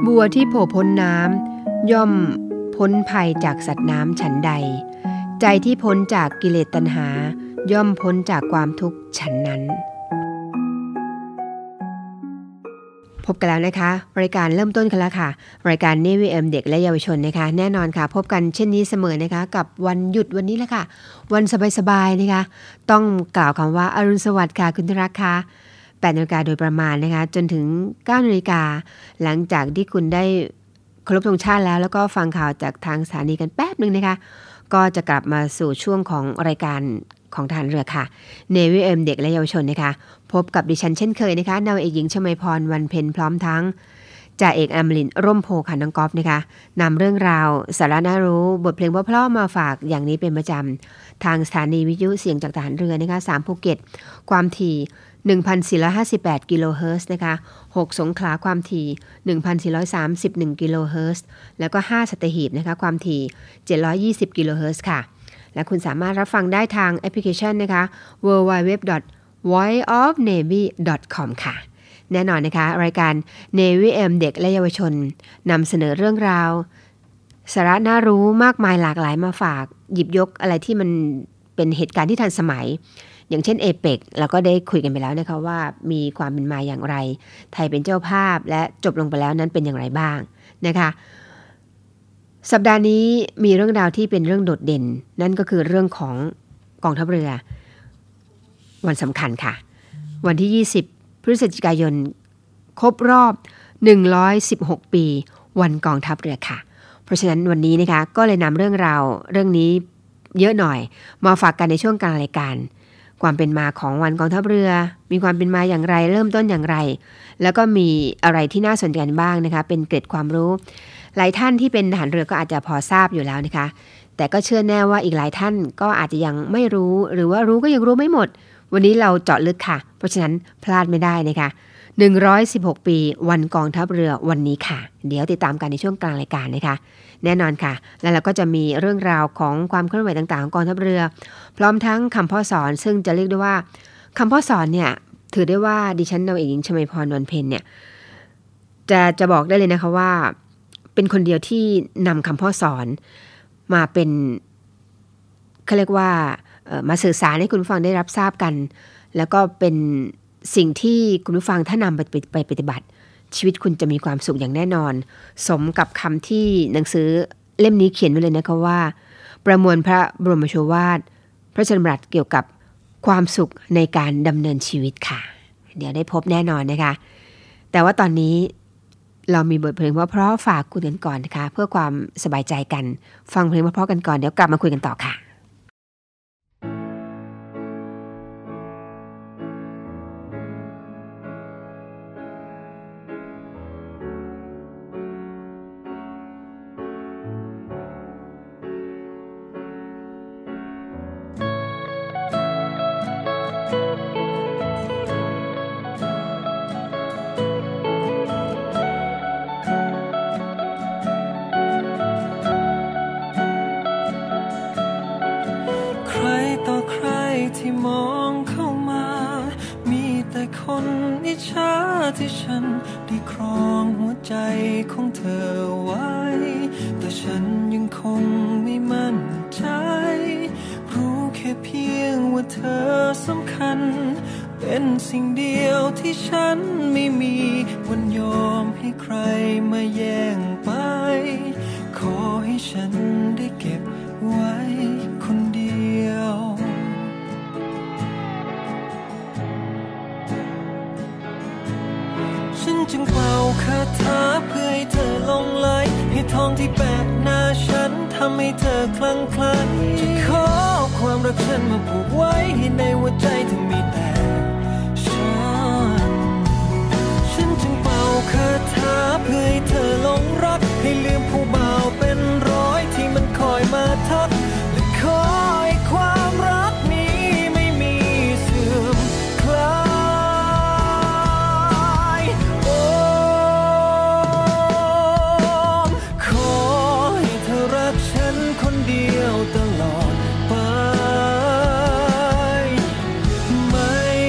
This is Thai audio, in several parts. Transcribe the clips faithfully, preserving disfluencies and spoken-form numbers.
บัวที่โผล่พ้นน้ำย่อมพ้นภัยจากสัตว์น้ำฉันใดใจที่พ้นจากกิเลสตัณหาย่อมพ้นจากความทุกข์ฉันนั้นพบกันแล้วนะคะรายการเริ่มต้นกันแล้วค่ะรายการ Navy เอ็ม เด็กและเยาวชนนะคะแน่นอนค่ะพบกันเช่นนี้เสมอนะคะกับวันหยุดวันนี้แหละค่ะวันสบายๆนะคะต้องกล่าวคำว่าอรุณสวัสดิ์ค่ะคุณที่รักค่ะแปดนาฬิกาโดยประมาณนะคะจนถึงเก้านาฬิกาหลังจากที่คุณได้เคารพธงชาติแล้วแล้วก็ฟังข่าวจากทางสถานีกันแป๊บนึงนะคะก็จะกลับมาสู่ช่วงของรายการของทหารเรือค่ะ Navy เอ็ม เด็กและเยาวชนนะคะพบกับดิฉันเช่นเคยนะคะนาวเอกหญิงชมัยพรวันเพ็ญพร้อมทั้งจ่าเอกอมรินทร์ร่มโพธิ์ค่ะน้องก๊อฟนะคะนำเรื่องราวสาระน่ารู้บทเพลงเพราะๆมาฝากอย่างนี้เป็นประจำทางสถานีวิทยุเสียงจากทหารเรือนะคะสามภูเก็ตความถี่หนึ่งพันสี่ร้อยห้าสิบแปดกิโลเฮิรตซ์นะคะหกสงขลาความถี่ หนึ่งพันสี่ร้อยสามสิบเอ็ด กิโลเฮิรตซ์แล้วก็ห้าสัตหีบนะคะความถี่เจ็ดร้อยยี่สิบกิโลเฮิรตซ์ค่ะและคุณสามารถรับฟังได้ทางแอปพลิเคชันนะคะ ดับเบิลยู ดับเบิลยู ดับเบิลยู ดอท voice of navy ดอท คอม ค่ะแน่นอนนะคะรายการ Navy เอ็ม เด็กและเยาวชนนำเสนอเรื่องราวสาระน่ารู้มากมายหลากหลายมาฝากหยิบยกอะไรที่มันเป็นเหตุการณ์ที่ทันสมัยอย่างเช่นเอเปกเราก็ได้คุยกันไปแล้วนะคะว่ามีความเป็นมาอย่างไรไทยเป็นเจ้าภาพและจบลงไปแล้วนั้นเป็นอย่างไรบ้างนะคะสัปดาห์นี้มีเรื่องราวที่เป็นเรื่องโดดเด่นนั่นก็คือเรื่องของกองทัพเรือวันสำคัญค่ะวันที่ยี่สิบพฤศจิกายนครบรอบหนึ่งร้อยสิบหกปีวันกองทัพเรือค่ะเพราะฉะนั้นวันนี้นะคะก็เลยนำเรื่องราวเรื่องนี้เยอะหน่อยมาฝากกันในช่วงกลางรายการความเป็นมาของวันกองทัพเรือมีความเป็นมาอย่างไรเริ่มต้นอย่างไรแล้วก็มีอะไรที่น่าสนใจบ้างนะคะเป็นเกร็ดความรู้หลายท่านที่เป็นทหารเรือก็อาจจะพอทราบอยู่แล้วนะคะแต่ก็เชื่อแน่ว่าอีกหลายท่านก็อาจจะยังไม่รู้หรือว่ารู้ก็ยังรู้ไม่หมดวันนี้เราเจาะลึกค่ะเพราะฉะนั้นพลาดไม่ได้นะคะหนึ่งร้อยสิบหกปีวันกองทัพเรือวันนี้ค่ะเดี๋ยวติดตามกันในช่วงกลางรายการนะคะแน่นอนค่ะแล้วเราก็จะมีเรื่องราวของความเคลื่อนไหวต่างๆของกองทัพเรือพร้อมทั้งคำพ่อสอนซึ่งจะเรียกได้ว่าคำพ่อสอนเนี่ยถือได้ว่าดิฉันนาวเอกหญิงชมัยพรวันเพ็ญเนี่ยจะจะบอกได้เลยนะคะว่าเป็นคนเดียวที่นำคำพ่อสอนมาเป็นเขาเรียกว่ามาสื่อสารให้คุณผู้ฟังได้รับทราบกันแล้วก็เป็นสิ่งที่คุณผู้ฟังถ้านำไปไปปฏิบัติชีวิตคุณจะมีความสุขอย่างแน่นอนสมกับคำที่หนังสือเล่มนี้เขียนไว้เลยนะคะว่าประมวลพระบรมโชวาทพระชนมบัติเกี่ยวกับความสุขในการดำเนินชีวิตค่ะเดี๋ยวได้พบแน่นอนนะคะแต่ว่าตอนนี้เรามีบทเพลงเพราะๆฝากคุณกันก่อนนะคะเพื่อความสบายใจกันฟังเพลงเพราะๆกันก่อนเดี๋ยวกลับมาคุยกันต่อค่ะที่มองเข้ามามีแต่คนอิจฉาที่ฉันได้ครองหัวใจของเธอไว้แต่ฉันยังคงไม่มั่นใจรู้แค่เพียงว่าเธอสำคัญเป็นสิ่งเดียวที่ฉันไม่มีวันยอมให้ใครมาแย่งไปขอให้ฉันได้เก็บไว้คนเดียวฉันจึงเป่าคาถาเพื่อให้เธอหลงไหลให้ทองที่แปะหน้าฉันทำให้เธอคลั่งไคล้จะขอความรักฉันมาผูกไว้ให้ในหัวใจเธอมีแต่ฉันฉันจึงเป่าคาถาเพื่อให้เธอหลงรักให้ลืมผู้บ่าวเป็นร้อยที่มันคอยมาทักและขอให้ความรักนี้ไม่มีเสื่อมคลายโอ้ขอให้เธอรักฉันคนเดียวตลอดไปไม่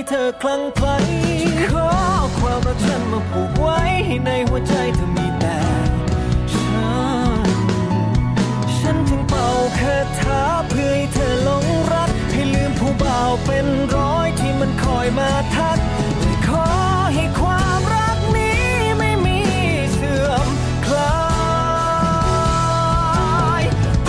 เธอคลั่งไคล้ขอความรักฉันมาผูกไว้ให้ในหัวใจเธอมีแต่ฉันฉันจึงเป่าคาถาเพื่อให้เธอหลงรักให้ลืมผู้บ่าวเป็นร้อยที่มันคอยมาทักและขอให้ความรักนี้ไม่มีเสื่อมคลาย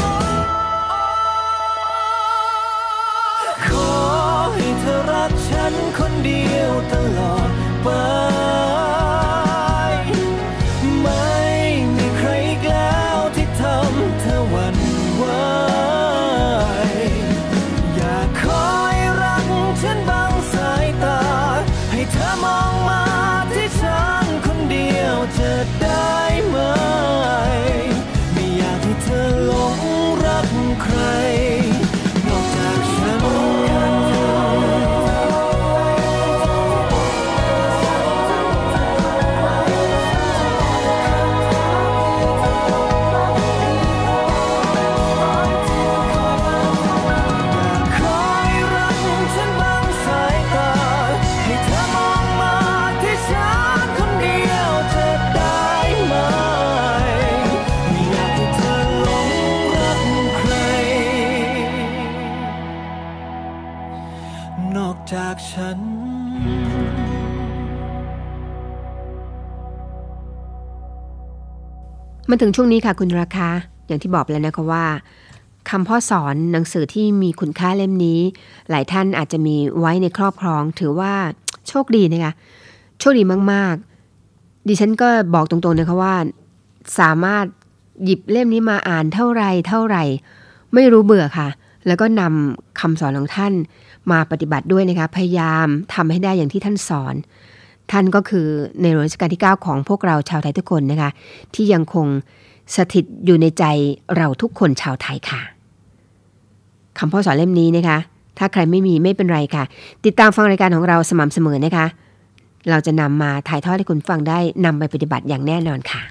ขอให้เธอรักฉันคนเดียวตลอดไปไม่มีใครอีกแล้วที่ทำเธอหวั่นไหวอยากคอยรักฉันบางสายตาให้เธอมองมาที่ฉันคนเดียวจะได้ไหมไม่อยากให้เธอหลงรักใครนอกจากฉันจากฉันมาถึงช่วงนี้ค่ะคุณราคาอย่างที่บอกแล้วนะคะว่าคำพ่อสอนหนังสือที่มีคุณค่าเล่มนี้หลายท่านอาจจะมีไว้ในครอบครองถือว่าโชคดีนะคะโชคดีมากๆดิฉันก็บอกตรงๆนะคะว่าสามารถหยิบเล่มนี้มาอ่านเท่าไรเท่าไรไม่รู้เบื่อค่ะแล้วก็นำคำสอนของท่านมาปฏิบัติด้วยนะคะพยายามทำให้ได้อย่างที่ท่านสอนท่านก็คือในรัชกาลที่เก้าของพวกเราชาวไทยทุกคนนะคะที่ยังคงสถิตอยู่ในใจเราทุกคนชาวไทยค่ะคำพ่อสอนเล่มนี้นะคะถ้าใครไม่มีไม่เป็นไรค่ะติดตามฟังรายการของเราสม่ำเสมอนะคะเราจะนำมาถ่ายทอดให้คุณฟังได้นำไปปฏิบัติอย่างแน่นอนค่ะ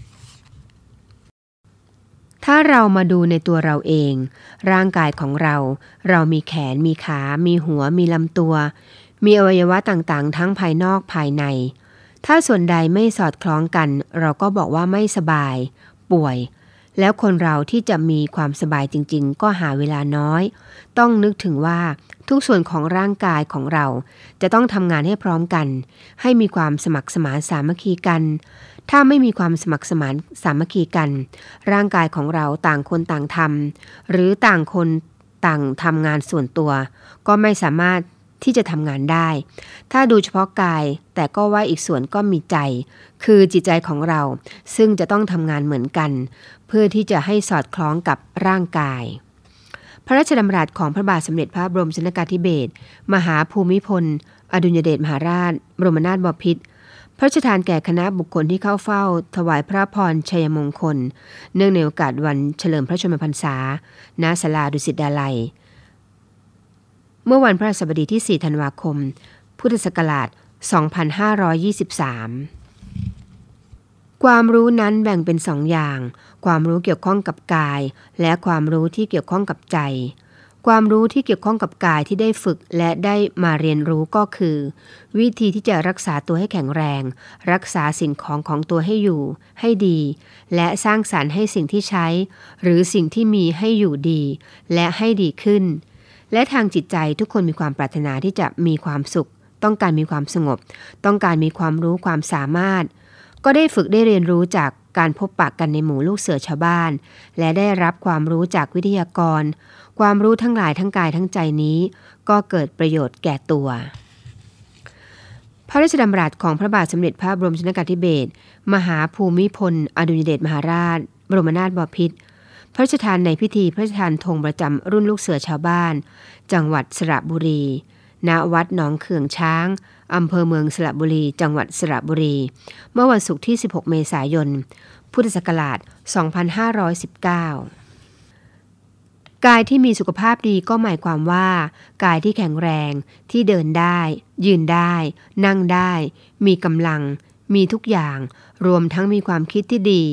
ถ้าเรามาดูในตัวเราเองร่างกายของเราเรามีแขนมีขามีหัวมีลำตัวมีอวัยวะต่างๆทั้งภายนอกภายในถ้าส่วนใดไม่สอดคล้องกันเราก็บอกว่าไม่สบายป่วยแล้วคนเราที่จะมีความสบายจริงๆก็หาเวลาน้อยต้องนึกถึงว่าทุกส่วนของร่างกายของเราจะต้องทำงานให้พร้อมกันให้มีความสมัครสมานสามัคคีกันถ้าไม่มีความสมัครสมานสามัคคีกันร่างกายของเราต่างคนต่างทำหรือต่างคนต่างทำงานส่วนตัวก็ไม่สามารถที่จะทำงานได้ถ้าดูเฉพาะกายแต่ก็ว่าอีกส่วนก็มีใจคือจิตใจของเราซึ่งจะต้องทำงานเหมือนกันเพื่อที่จะให้สอดคล้องกับร่างกายพระราชดำรัสของพระบาทสมเด็จพระบรมชนกาธิเบศรมหาภูมิพลอดุลยเดชมหาราชบรมนาถบพิตรพระราชทานแก่คณะบุคคลที่เข้าเฝ้าถวายพระพรชัยมงคลเนื่องในโอกาสวันเฉลิมพระชนมพรรษาณศาลาดุสิตดาลัยเมื่อวันพฤหัสบดีที่สี่ธันวาคมพุทธศักราชสองพันห้าร้อยยี่สิบสามความรู้นั้นแบ่งเป็นสองอย่างความรู้เกี่ยวข้องกับกายและความรู้ที่เกี่ยวข้องกับใจความรู้ที่เกี่ยวข้องกับกายที่ได้ฝึกและได้มาเรียนรู้ก็คือวิธีที่จะรักษาตัวให้แข็งแรงรักษาสิ่งของของตัวให้อยู่ให้ดีและสร้างสรรค์ให้สิ่งที่ใช้หรือสิ่งที่มีให้อยู่ดีและให้ดีขึ้นและทางจิตใจทุกคนมีความปรารถนาที่จะมีความสุขต้องการมีความสงบต้องการมีความรู้ความสามารถก็ได้ฝึกได้เรียนรู้จากการพบปะกันในหมู่ลูกเสือชาวบ้านและได้รับความรู้จากวิทยากรความรู้ทั้งหลายทั้งกายทั้งใจนี้ก็เกิดประโยชน์แก่ตัวพระราชดำรัสของพระบาทสมเด็จพระบรมชนกาธิเบศรมหาภูมิพลอดุลยเดชมหาราชบรมนาถบพิตรพระราชทานในพิธีพระราชทานธงประจำรุ่นลูกเสือชาวบ้านจังหวัดสระบุรีณวัดหนองเขื่องช้างอำเภอเมืองสระบุรีจังหวัดสระบุรีเมื่อวันศุกร์ที่สิบหกเมษายนพุทธศักราชสองพันห้าร้อยสิบเก้ากายที่มีสุขภาพดีก็หมายความว่ากายที่แข็งแรงที่เดินได้ยืนได้นั่งได้มีกำลังมีทุกอย่างรวมทั้งมีความคิดที่ดี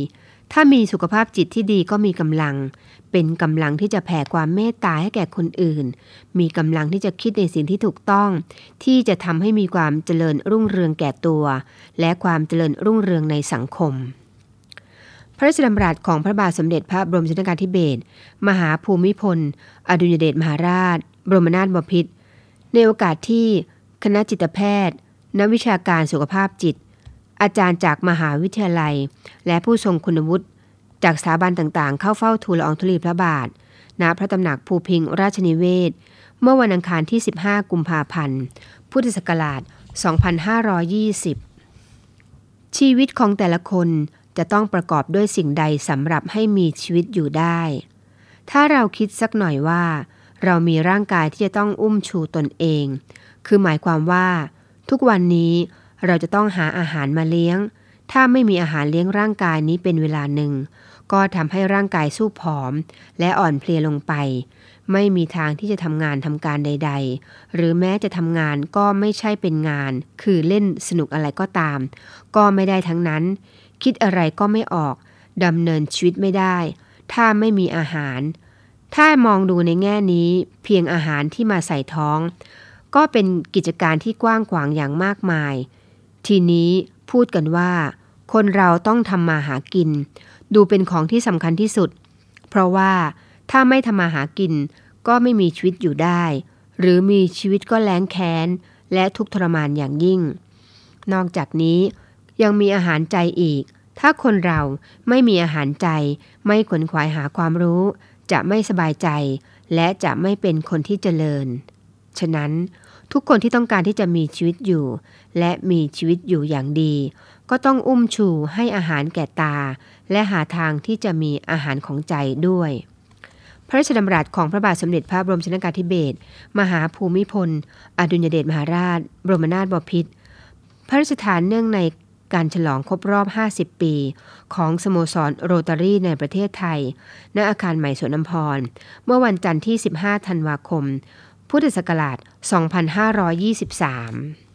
ถ้ามีสุขภาพจิตที่ดีก็มีกำลังเป็นกำลังที่จะแผ่ความเมตตาให้แก่คนอื่นมีกำลังที่จะคิดในสิ่งที่ถูกต้องที่จะทำให้มีความเจริญรุ่งเรืองแก่ตัวและความเจริญรุ่งเรืองในสังคมพระราชดำรัสของพระบาทสมเด็จพระบรมชนกาธิเบศรมหาภูมิพลอดุลยเดชมหาราชบรมนาถบพิตรในโอกาสที่คณะจิตแพทย์นักวิชาการสุขภาพจิตอาจารย์จากมหาวิทยาลัยและผู้ทรงคุณวุฒิจากสถาบันต่างๆเข้าเฝ้าทูลละอองธุลีพระบาทณพระตำหนักภูพิงค์ราชนิเวศน์เมื่อวันอังคารที่สิบห้ากุมภาพันธ์พุทธศักราชสองพันห้าร้อยยี่สิบชีวิตของแต่ละคนจะต้องประกอบด้วยสิ่งใดสำหรับให้มีชีวิตอยู่ได้ถ้าเราคิดสักหน่อยว่าเรามีร่างกายที่จะต้องอุ้มชูตนเองคือหมายความว่าทุกวันนี้เราจะต้องหาอาหารมาเลี้ยงถ้าไม่มีอาหารเลี้ยงร่างกายนี้เป็นเวลาหนึ่งก็ทำให้ร่างกายสู้ผอมและอ่อนเพลียลงไปไม่มีทางที่จะทำงานทำการใดๆหรือแม้จะทำงานก็ไม่ใช่เป็นงานคือเล่นสนุกอะไรก็ตามก็ไม่ได้ทั้งนั้นคิดอะไรก็ไม่ออกดำเนินชีวิตไม่ได้ถ้าไม่มีอาหารถ้ามองดูในแง่นี้เพียงอาหารที่มาใส่ท้องก็เป็นกิจการที่กว้างขวางอย่างมากมายทีนี้พูดกันว่าคนเราต้องทำมาหากินดูเป็นของที่สำคัญที่สุดเพราะว่าถ้าไม่ทำมาหากินก็ไม่มีชีวิตอยู่ได้หรือมีชีวิตก็แล้งแค้นและทุกข์ทรมานอย่างยิ่งนอกจากนี้ยังมีอาหารใจอีกถ้าคนเราไม่มีอาหารใจไม่ขวนขวายหาความรู้จะไม่สบายใจและจะไม่เป็นคนที่เจริญฉะนั้นทุกคนที่ต้องการที่จะมีชีวิตอยู่และมีชีวิตอยู่อย่างดีก็ต้องอุ้มชูให้อาหารแก่ตาและหาทางที่จะมีอาหารของใจด้วยพระราชดำรัสของพระบาทสมเด็จพระบรมชนกาธิเบศรมหาภูมิพลอดุลยเดชมหาราชบรมนาถบพิตรพระราชทานเนื่องในการฉลองครบรอบห้าสิบปีของสโมสรโรตารี่ในประเทศไทยณอาคารใหม่สวนอัมพรเมื่อวันจันทร์ที่สิบห้าธันวาคมพุทธศักราชสองพันห้าร้อยยี่สิบสาม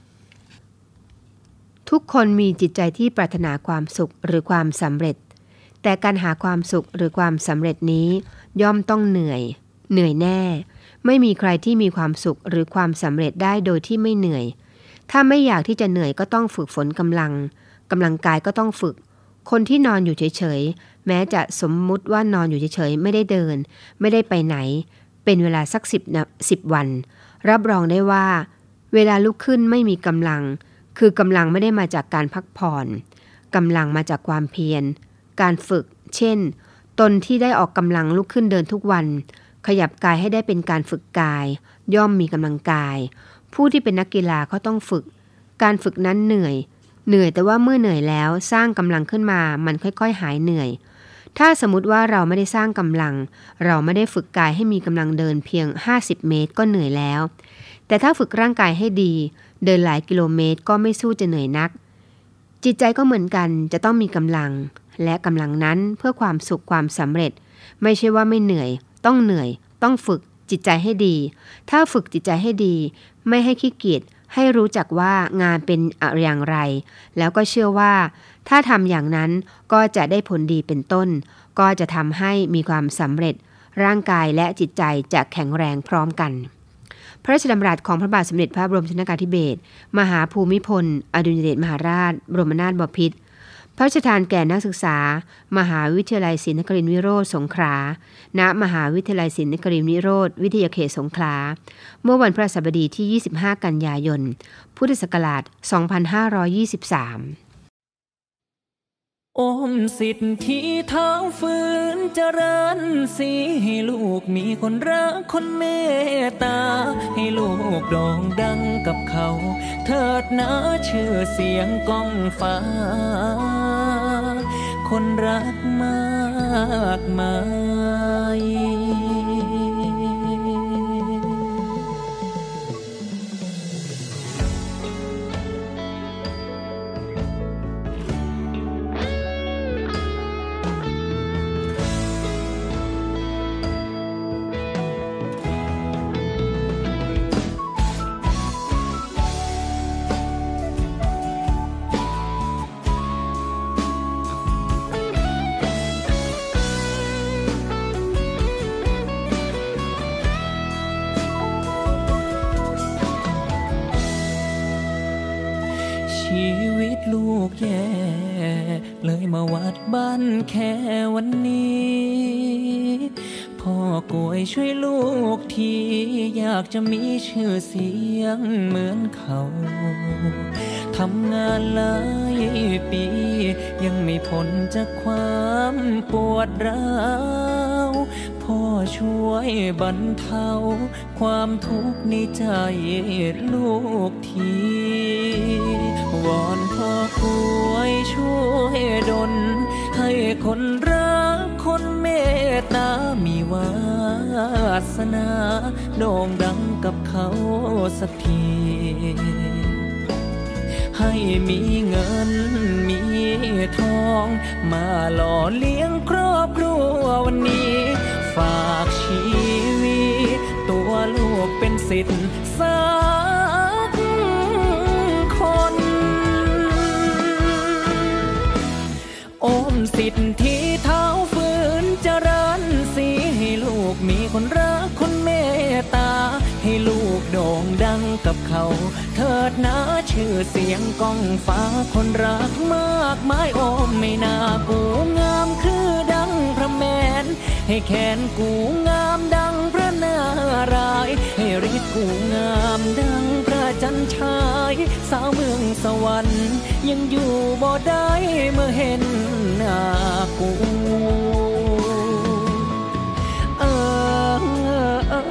ทุกคนมีจิตใจที่ปรารถนาความสุขหรือความสำเร็จแต่การหาความสุขหรือความสำเร็จนี้ย่อมต้องเหนื่อยเหนื่อยแน่ไม่มีใครที่มีความสุขหรือความสำเร็จได้โดยที่ไม่เหนื่อยถ้าไม่อยากที่จะเหนื่อยก็ต้องฝึกฝนกำลังกำลังกายก็ต้องฝึกคนที่นอนอยู่เฉยๆแม้จะสมมุติว่านอนอยู่เฉยๆไม่ได้เดินไม่ได้ไปไหนเป็นเวลาสักสิบนะสิบวันรับรองได้ว่าเวลาลุกขึ้นไม่มีกำลังคือกำลังไม่ได้มาจากการพักผ่อนกำลังมาจากความเพียรการฝึกเช่นตนที่ได้ออกกำลังลุกขึ้นเดินทุกวันขยับกายให้ได้เป็นการฝึกกายย่อมมีกำลังกายผู้ที่เป็นนักกีฬาเขาต้องฝึกการฝึกนั้นเหนื่อยเหนื่อยแต่ว่าเมื่อเหนื่อยแล้วสร้างกำลังขึ้นมามันค่อยๆหายเหนื่อยถ้าสมมติว่าเราไม่ได้สร้างกำลังเราไม่ได้ฝึกกายให้มีกำลังเดินเพียงห้าสิบเมตรก็เหนื่อยแล้วแต่ถ้าฝึกร่างกายให้ดีเดินหลายกิโลเมตรก็ไม่สู้จะเหนื่อยนักจิตใจก็เหมือนกันจะต้องมีกำลังและกำลังนั้นเพื่อความสุขความสำเร็จไม่ใช่ว่าไม่เหนื่อยต้องเหนื่อยต้องฝึกจิตใจให้ดีถ้าฝึกจิตใจให้ดีไม่ให้ขี้เกียจให้รู้จักว่างานเป็นอย่างไรแล้วก็เชื่อว่าถ้าทำอย่างนั้นก็จะได้ผลดีเป็นต้นก็จะทำให้มีความสำเร็จร่างกายและจิตใจจะแข็งแรงพร้อมกันพระราชดำรัสของพระบาทสมเด็จพระบรมชนกาธิเบศรมหาภูมิพลอดุลยเดชมหาราชบรมนาถบพิตรพระราชทานแก่นักศึกษามหาวิทยาลัยศรีนครินทรวิโรธสงขลาณมหาวิทยาลัยศรีนครินทรวิโรธวิทยาเขตสงขลาเมื่อวันพฤหัสบดีที่ยี่สิบห้ากันยายนพุทธศักราชสองพันห้าร้อยยี่สิบสามโอมสิทธิเท้าฝืนเจริญสีให้ลูกมีคนรักคนเมตตาให้ลูกโด่งดังกับเขาเถิดนะชื่อเสียงก้องฟ้าคนรักมากมายกแย่เลยมาวัดบ้านแค่วันนี้พ่อกวยช่วยลูกทีอยากจะมีชื่อเสียงเหมือนเขาทำงานหลายปียังไม่พ้นจากความปวดร้าวพ่อช่วยบรรเทาความทุกข์ในใจลูกทีวอนพ่อกวยช่วยดลให้คนรักคนเมตตามีวาสนาโด่งดังกับเขาสักทีให้มีเงินมีทองมาหล่อเลี้ยงครอบครัววันนี้ฝากชีวิตตัวลูกเป็นศิษย์สักคนโอมสิทธิ์ที่เท้าฝืนเจริญสีให้ลูกมีคนรักคนเมตตาให้ลูกโด่งดังกับเขาเถิดนะชื่อเสียงก้องฟ้าคนรักมากมายโอมไม่น่ากูงามคือดังพระแมนให้แขนกูงามดังพระนารายณ์ให้ฤทธิ์กูงามดังพระจันทรายสาวเมืองสวรรค์ยังอยู่บ่ได้เมื่อเห็นหน้ากูเออเออ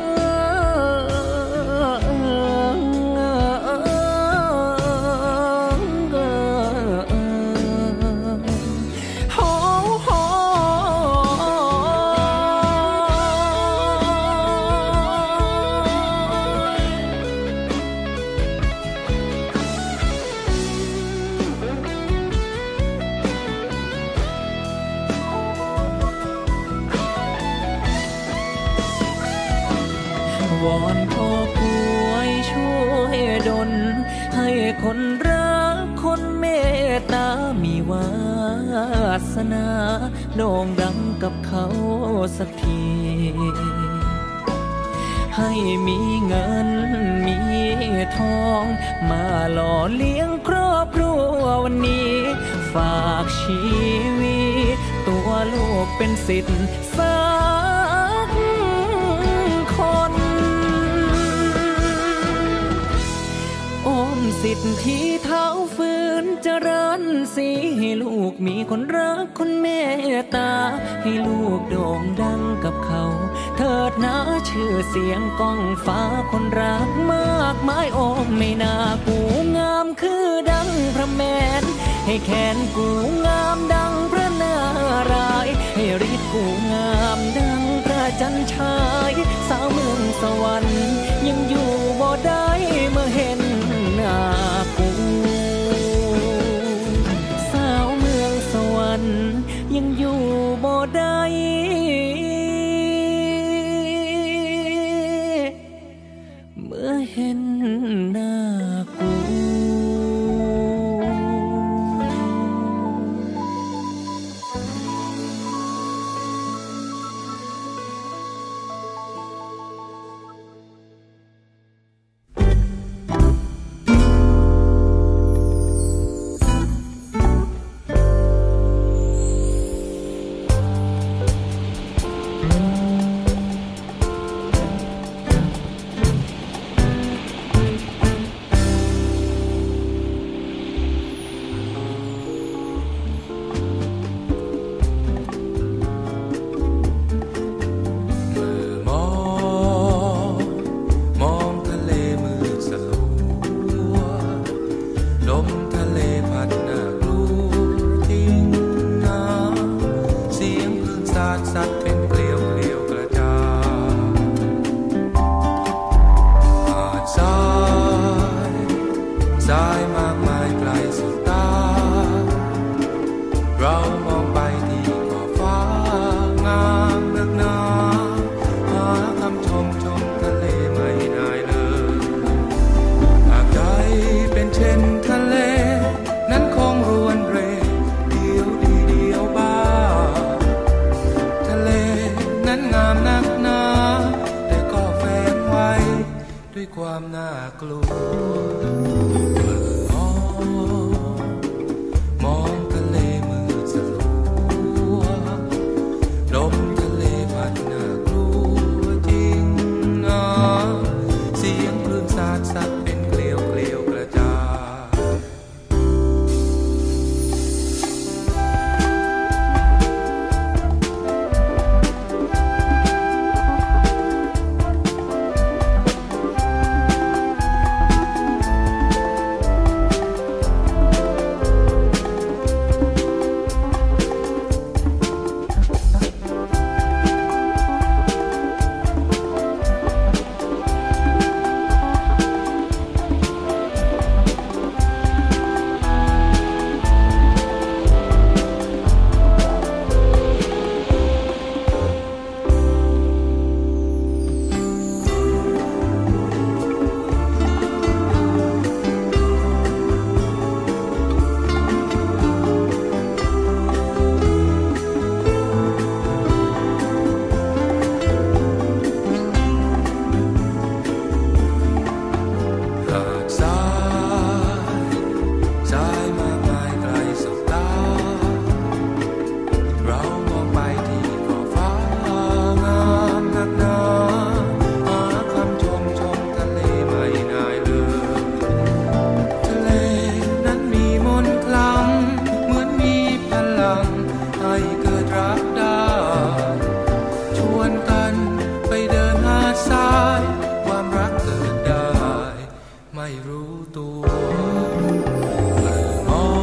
วอนพ่อกวยช่วยดลให้คนรักคนเมตตามีวาสนาโด่งดังกับเขาสักทีให้มีเงินมีทองมาหล่อเลี้ยงครอบครัววันนี้ฝากชีวิตตัวลูกเป็นศิษย์สักคนโอมสิทธิ์ที่เท้าฝืนเจริญสีให้ลูกมีคนรักคนเมตตาให้ลูกโด่งดังกับเขาเถิดนะชื่อเสียงก้องฟ้าคนรักมากมายโอมไม่น่ากูงามคือดังพระแมนให้แขนกูงามดังพระนารายณ์ให้ฤทธิ์กูงามดังพระจันทรายสาวเมืองสวรรค์ยังอยู่บ่ได้เมื่อเห็นหน้ากูสาวเมืองสวรรค์ยังอยู่บ่ได้เมื่อเห็นหน้ากูไม่รู้ตัวมอง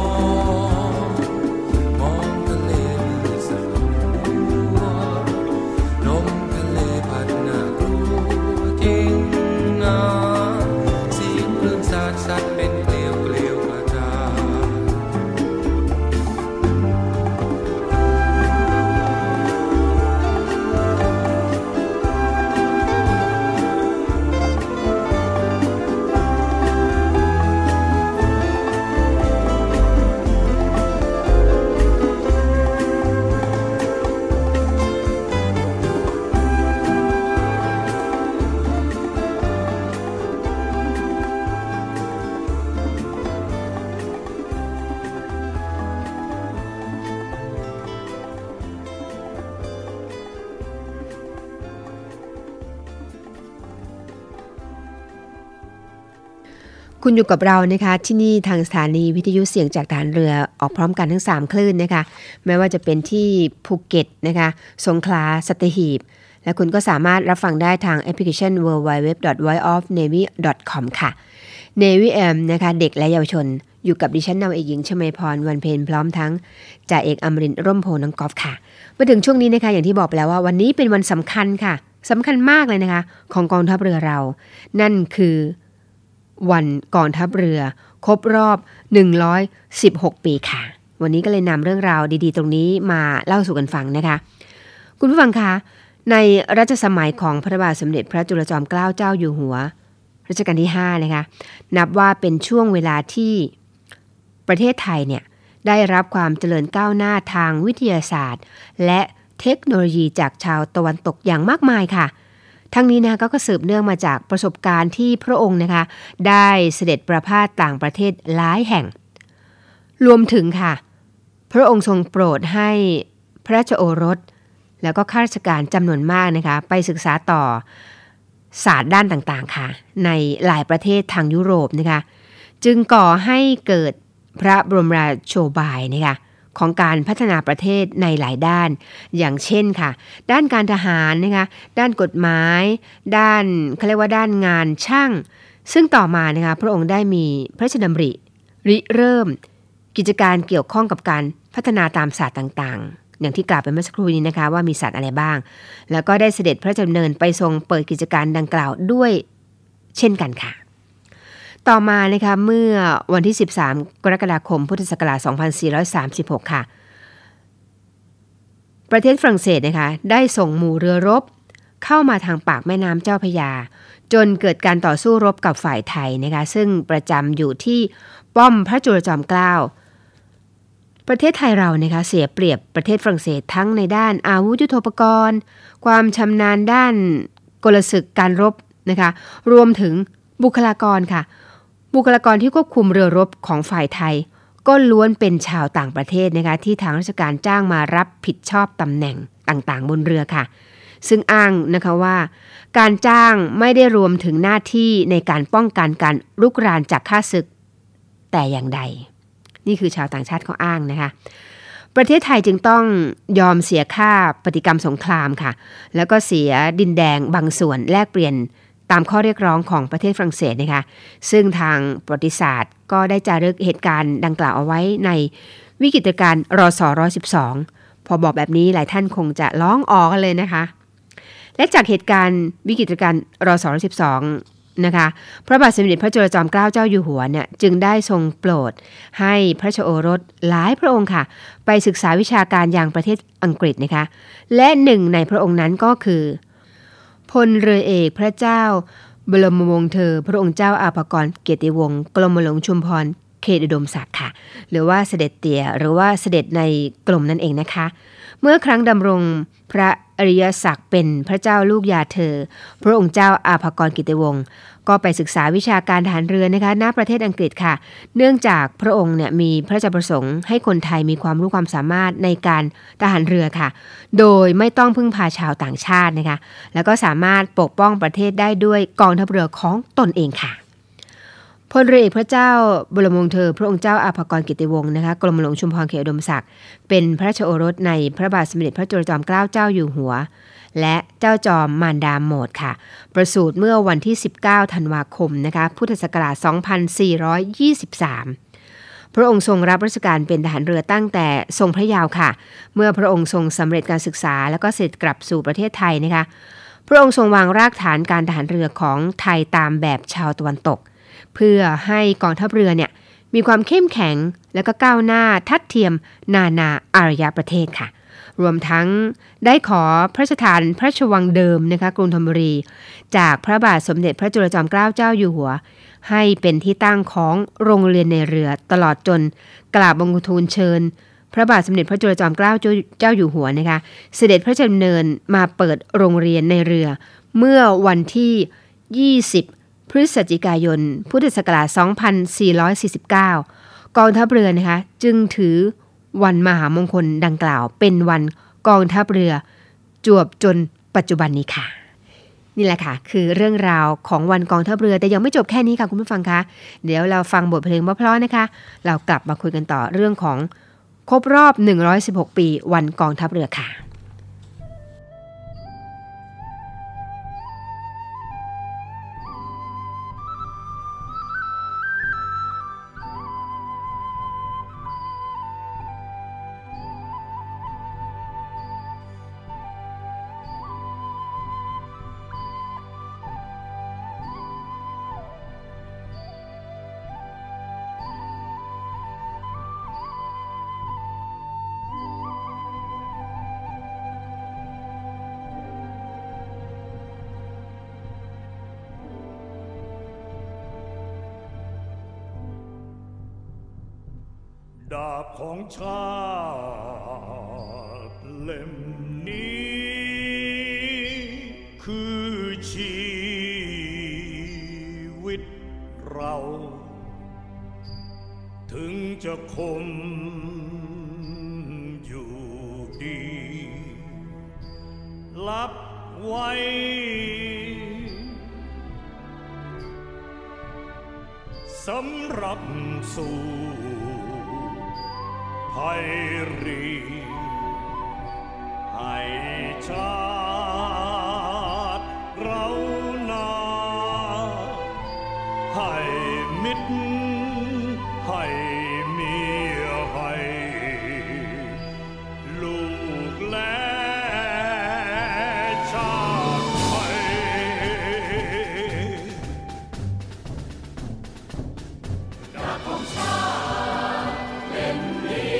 มองทะเลมีสลัวลมทะเลพัดหน้ากลัวจริงนะเสียงคลื่นสาดสัดเป็นเกลียวเกลียวกระจายคุณอยู่กับเรานะคะที่นี่ทางสถานีวิทยุเสียงจากฐานเรือออกพร้อมกันทั้งสามคลื่นนะคะไม่ว่าจะเป็นที่ภูเก็ตนะคะสงขลาสัตหีบและคุณก็สามารถรับฟังได้ทางแอปพลิเคชัน ดับเบิลยู ดับเบิลยู ดับเบิลยู ดอท voice of navy ดอท คอม ค่ะ Navy เอ็ม นะคะเด็กและเยาวชนอยู่กับดิฉันนาวเอกหญิงชมาพรวันเพ็ญพร้อมทั้งจ่าเอกอมรินทร์ร่มโพน้องกอล์ฟค่ะมาถึงช่วงนี้นะคะอย่างที่บอกไปแล้วว่าวันนี้เป็นวันสำคัญค่ะสำคัญมากเลยนะคะของกองทัพเรือเรานั่นคือวันกองทัพเรือครบรอบหนึ่งร้อยสิบหกปีค่ะวันนี้ก็เลยนำเรื่องราวดีๆตรงนี้มาเล่าสู่กันฟังนะคะคุณผู้ฟังคะในรัชสมัยของพระบาทสมเด็จพระจุลจอมเกล้าเจ้าอยู่หัวรัชกาลที่ห้านะคะนับว่าเป็นช่วงเวลาที่ประเทศไทยเนี่ยได้รับความเจริญก้าวหน้าทางวิทยาศาสตร์และเทคโนโลยีจากชาวตะวันตกอย่างมากมายค่ะทั้งนี้นะคะก็สืบเนื่องมาจากประสบการณ์ที่พระองค์นะคะได้เสด็จประพาสต่างประเทศหลายแห่งรวมถึงค่ะพระองค์ทรงโปรดให้พระราชโอรสแล้วก็ข้าราชการจำนวนมากนะคะไปศึกษาต่อศาสตร์ด้านต่างๆค่ะในหลายประเทศทางยุโรปนะคะจึงก่อให้เกิดพระบรมราโชบายนะคะของการพัฒนาประเทศในหลายด้านอย่างเช่นค่ะด้านการทหารนะคะด้านกฎหมายด้านเขาเรียกว่าด้านงานช่างซึ่งต่อมานะคะพระองค์ได้มีพระราชดำริริเริ่มกิจการเกี่ยวข้องกับการพัฒนาตามศาสตร์ต่างๆอย่างที่กล่าวไปเมื่อสักครู่นี้นะคะว่ามีศาสตร์อะไรบ้างแล้วก็ได้เสด็จพระราชดำเนินไปทรงเปิดกิจการดังกล่าวด้วยเช่นกันค่ะต่อมานะคะเมื่อวันที่สิบสามกรกฎาคมพุทธศักราชสองพันสี่ร้อยสามสิบหกค่ะประเทศฝรั่งเศสนะคะได้ส่งหมู่เรือรบเข้ามาทางปากแม่น้ำเจ้าพระยาจนเกิดการต่อสู้รบกับฝ่ายไทยนะคะซึ่งประจำอยู่ที่ป้อมพระจุลจอมเกล้าประเทศไทยเรานะคะเสียเปรียบประเทศฝรั่งเศสทั้งในด้านอาวุธยุทโธปกรณ์ความชำนาญด้านกลศึกการรบนะคะรวมถึงบุคลากรค่ะบุคลากรที่ควบคุมเรือรบของฝ่ายไทยก็ล้วนเป็นชาวต่างประเทศนะคะที่ทางราชการจ้างมารับผิดชอบตำแหน่งต่างๆบนเรือค่ะซึ่งอ้างนะคะว่าการจ้างไม่ได้รวมถึงหน้าที่ในการป้องกันการรุกรานจากข้าศึกแต่อย่างใดนี่คือชาวต่างชาติเขาอ้างนะคะประเทศไทยจึงต้องยอมเสียค่าปฏิกรรมสงครามค่ะแล้วก็เสียดินแดงบางส่วนแลกเปลี่ยนตามข้อเรียกร้องของประเทศฝรั่งเศสนะคะซึ่งทางประวัติศาสตร์ก็ได้จารึกเหตุการณ์ดังกล่าวเอาไว้ในวิกิตการรศหนึ่งร้อยสิบสองพอบอกแบบนี้หลายท่านคงจะร้องอ๋อกันเลยนะคะและจากเหตุการณ์วิกิตการรศหนึ่งร้อยสิบสองนะคะพระบาทสมเด็จพระจุลจอมเกล้าเจ้าอยู่หัวเนี่ยจึงได้ทรงโปรดให้พระราชโอรสหลายพระองค์ค่ะไปศึกษาวิชาการยังประเทศอังกฤษนะคะและหนึ่งในพระองค์นั้นก็คือพลเรือเอกพระเจ้าบรมวงศ์เธอพระองค์เจ้าอาภากรเกียรติวงศ์กรมหลวงชุมพรเขตอุดมศักดิ์ค่ะหรือว่าเสด็จเตี่ยหรือว่าเสด็จในกรมนั่นเองนะคะเมื่อครั้งดำรงพระอริยศักดิ์เป็นพระเจ้าลูกยาเธอพระองค์เจ้าอาภากรเกียรติวงศ์ก็ไปศึกษาวิชาการทหารเรือนะคะณประเทศอังกฤษค่ะเนื่องจากพระองค์เนี่ยมีพระราชประสงค์ให้คนไทยมีความรู้ความสามารถในการทหารเรือค่ะโดยไม่ต้องพึ่งพาชาวต่างชาตินะคะแล้วก็สามารถปกป้องประเทศได้ด้วยกองทัพเรือของตนเองค่ะพพลเรือเอกพระเจ้าบรมวงศ์เธอพระองค์เจ้าอาภากรกิติวงศ์นะคะกรมหลวงชุมพรเขตอุดมศักดิ์เป็นพระราชโอรสในพระบาทสมเด็จพระจุลจอมเกล้าเจ้าอยู่หัวและเจ้าจอมมารดาโมดค่ะประสูติเมื่อวันที่สิบเก้าธันวาคมนะคะพุทธศักราชสองพันสี่ร้อยยี่สิบสามพระองค์ทรงรับราชการเป็นทหารเรือตั้งแต่ทรงพระเยาว์ค่ะเมื่อพระองค์ทรงสำเร็จการศึกษาแล้วก็เสด็จกลับสู่ประเทศไทยนะคะพระองค์ทรงวางรากฐานการทหารเรือของไทยตามแบบชาวตะวันตกเพื่อให้กองทัพเรือเนี่ยมีความเข้มแข็งและก็ก้าวหน้าทัดเทียมนานาอารยประเทศค่ะรวมทั้งได้ขอพระราชทานพระราชวังเดิมนะคะกรุงธนบุรีจากพระบาทสมเด็จพระจุลจอมเกล้าเจ้าอยู่หัวให้เป็นที่ตั้งของโรงเรียนในเรือตลอดจนกราบบังคมทูลเชิญพระบาทสมเด็จพระจุลจอมเกล้าเจ้าอยู่หัวนะคะเสด็จพระราชดำเนินมาเปิดโรงเรียนในเรือเมื่อวันที่ยี่สิบพฤศจิกายนพุทธศักราชสองพันสี่ร้อยสี่สิบเก้ากองทัพเรือนะคะจึงถือวันมหามงคลดังกล่าวเป็นวันกองทัพเรือจวบจนปัจจุบันนี้ค่ะนี่แหละค่ะคือเรื่องราวของวันกองทัพเรือแต่ยังไม่จบแค่นี้ค่ะคุณผู้ฟังคะเดี๋ยวเราฟังบทเพลงเพราะๆนะคะเรากลับมาคุยกันต่อเรื่องของครบรอบหนึ่งร้อยสิบหกปีวันกองทัพเรือค่ะดาบของชาติเล่มนี้คือชีวิตเราถึงจะคมอยู่ดีรับไว้สำหรับสู่ให้รีให้ชาติเรานาให้มิตรให้เมียให้ลูกและชาติไทยดาบของชาติเล่มนี้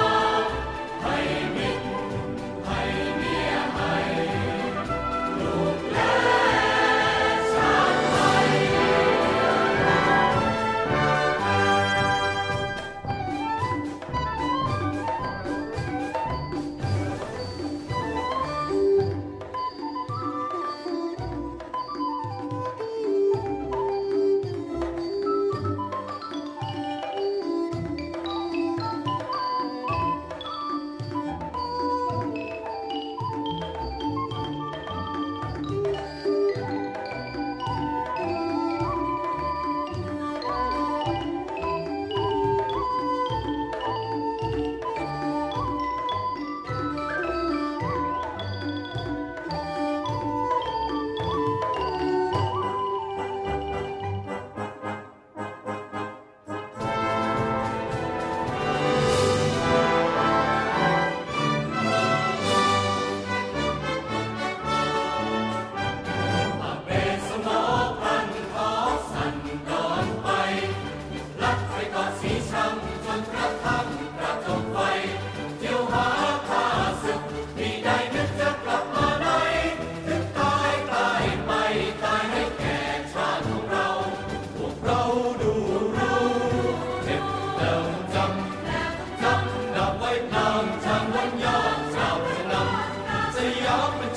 ลูก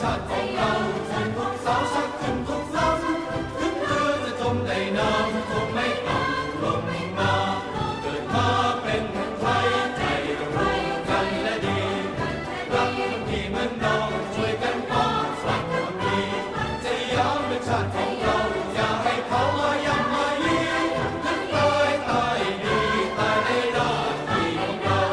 ชาติของเราซึ่งพวกสาวชักขึ้นทุกลำถึงเรือจะจมในน้ำคงไม่ต่ำลงมาเกิดมาเป็นคนไทยใจรู้กันและดีรักคนที่เหมือนน้องช่วยกันป้องสักคนดีจะย้ำเป็นชาติของเราอย่าให้เขามาย่ำมายีถึงตายตายดีตายในหน้าที่ของเรา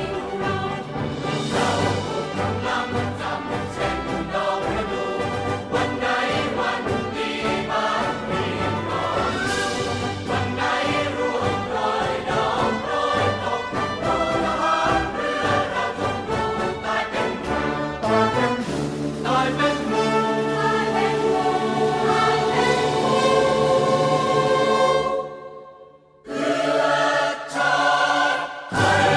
เราพวกน้ำจำเช่นดอกประดู่วันไหนวันดีมาเรียนก่อนวันไหนร่วงโรยดอกโรยตกดูทหารเรือเราจงดูตายเป็นหมู่ตายเป็นตายเป็นหมู่ตายเป็นหมู่ตายเป็นหมู่เพื่อชาติไทย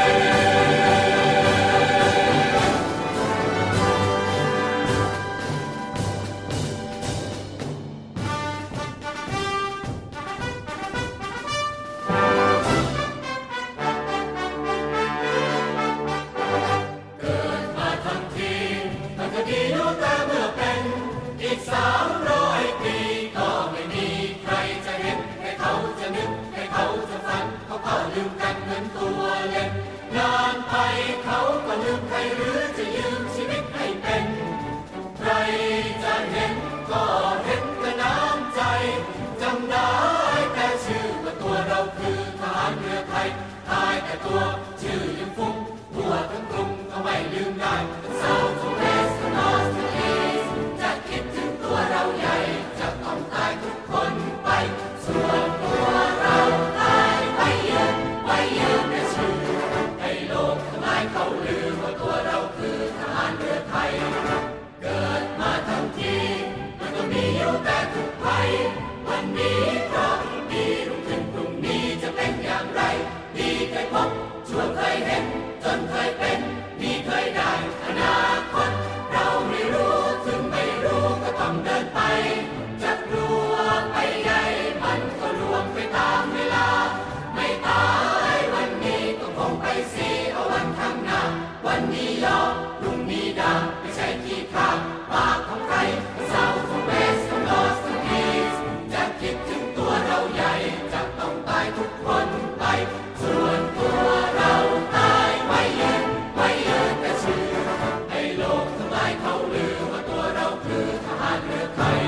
เกิดมาทั้งทีมันก็ดีอยู่แต่เมื่อเป็นอีกสามร้อยปีก็ไม่มีใครจะเห็นให้เขาจะนึกให้เขาจะฝันเขาก็ลืมกันเหมือนตัวเล่นนานไปเขาก็ลืมใครหรือจะยืมชีวิตให้เป็นใครจะเห็นก็เห็นแต่น้ำใจจำได้แต่ชื่อว่าตัวเราคือทหารเรือไทยตายแต่ตัวชื่อยังฟุ้งทั่วทั้งกรุงก็ไม่ลืมได้ South to West to North to East จะคิดถึงตัวเราใหญ่จะต้องตายทุกคนไปส่วนตัวเราตายไปยืนไปยืนแต่ชื่อให้โลกทั้งหลายเขาลืมว่าตัวเราคือทหารเรือไทยเกิดมาทั้งทีมันก็มีอยู่แต่ทุกภัยวันนี้เพราะดีรุ่งขึ้นพรุ่งนี้จะเป็นอย่างไรดีเคยพบชั่วเคยเห็นจนเคยเป็นมีเคยได้อนาคตเราไม่รู้ถึงไม่รู้ก็ต้องเดินไปจะกลัวไปใหญ่มันก็ลวงไปตามเวลาไม่ตายวันนี้ก็คงไปเสียเอาวันข้างหน้าวันนี้ยอมพรุ่งนี้ดาไม่ใช่ที่ข้างปากของใคร South to West to North to East จะคิดถึงตัวเราใหญ่จะต้องตายทุกคนไปส่วนตัวเราตายไว้ยืนไว้ยืนแต่ชื่อให้โลกทั้งหลายเขาลือว่าตัวเราคือทหารเรือไทย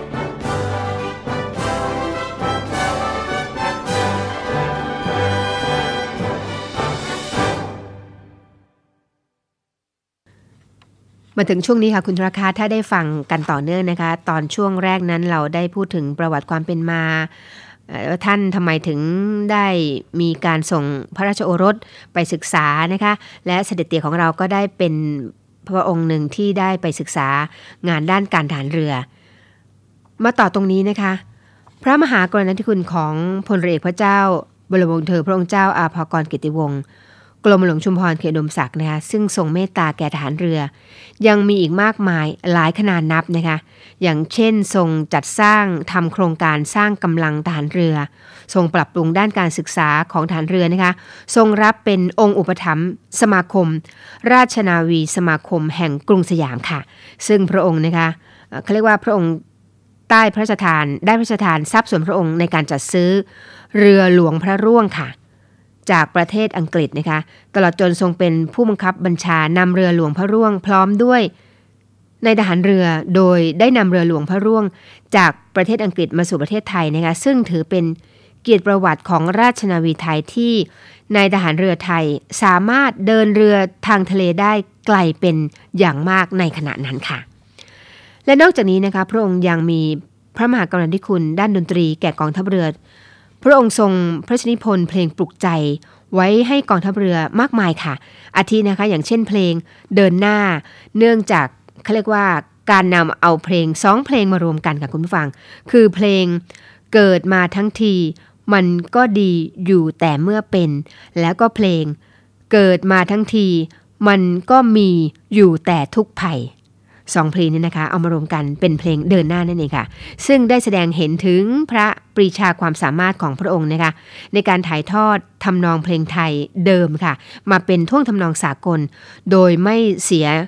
มาถึงช่วงนี้ค่ะคุณธราคาถ้าได้ฟังกันต่อเนื่องนะคะตอนช่วงแรกนั้นเราได้พูดถึงประวัติความเป็นมาว่าท่านทำไมถึงได้มีการส่งพระราชโอรสไปศึกษานะคะและเสด็จเตี่ยของเราก็ได้เป็นพระองค์หนึ่งที่ได้ไปศึกษางานด้านการทหารเรือมาต่อตรงนี้นะคะพระมหากรุณาธิคุณของพลเรือเอกพระเจ้าบรมวงศ์เธอพระองค์เจ้าอาภากรเกียรติวงศ์กรมหลวงชุมพรเขตอุดมศักดิ์นะคะซึ่งทรงเมตตาแก่ทหารเรือยังมีอีกมากมายหลายขนาดนับนะคะอย่างเช่นทรงจัดสร้างทำโครงการสร้างกำลังทหารเรือทรงปรับปรุงด้านการศึกษาของทหารเรือนะคะทรงรับเป็นองค์อุปถัมภ์สมาคมราชนาวีสมาคมแห่งกรุงสยามค่ะซึ่งพระองค์นะคะเขาเรียกว่าพระองค์ใต้พระราชทานได้พระราชทานทรัพย์ส่วนพระองค์ในการจัดซื้อเรือหลวงพระร่วงค่ะจากประเทศอังกฤษนะคะตลอดจนทรงเป็นผู้บังคับบัญชานำเรือหลวงพระร่วงพร้อมด้วยในทหารเรือโดยได้นำเรือหลวงพระร่วงจากประเทศอังกฤษมาสู่ประเทศไทยนะคะซึ่งถือเป็นเกียรติประวัติของราชนาวีไทยที่นายทหารเรือไทยสามารถเดินเรือทางทะเลได้ไกลเป็นอย่างมากในขณะนั้นค่ะและนอกจากนี้นะคะพระองค์ยังมีพระมหากรุณาธิคุณด้านดนตรีแก่กองทัพเรือพระองค์ทรงพระราชนิพนธ์เพลงปลุกใจไว้ให้กองทัพเรือมากมายค่ะอาทินะคะอย่างเช่นเพลงเดินหน้าเนื่องจากเขาเรียกว่าการนำเอาเพลงสองเพลงมารวมกันค่ะคุณผู้ฟังคือเพลงเกิดมาทั้งทีมันก็ดีอยู่แต่เมื่อเป็นแล้วก็เพลงเกิดมาทั้งทีมันก็มีอยู่แต่ทุกภัย สองเพลงนี้นะคะเอามารวมกันเป็นเพลงเดินหน้านั่นเองค่ะซึ่งได้แสดงเห็นถึงพระปรีชาความสามารถของพระองค์นะคะในการถ่ายทอดทำนองเพลงไทยเดิมค่ะมาเป็นท่วงทำนองสากลโดยไม่เสีย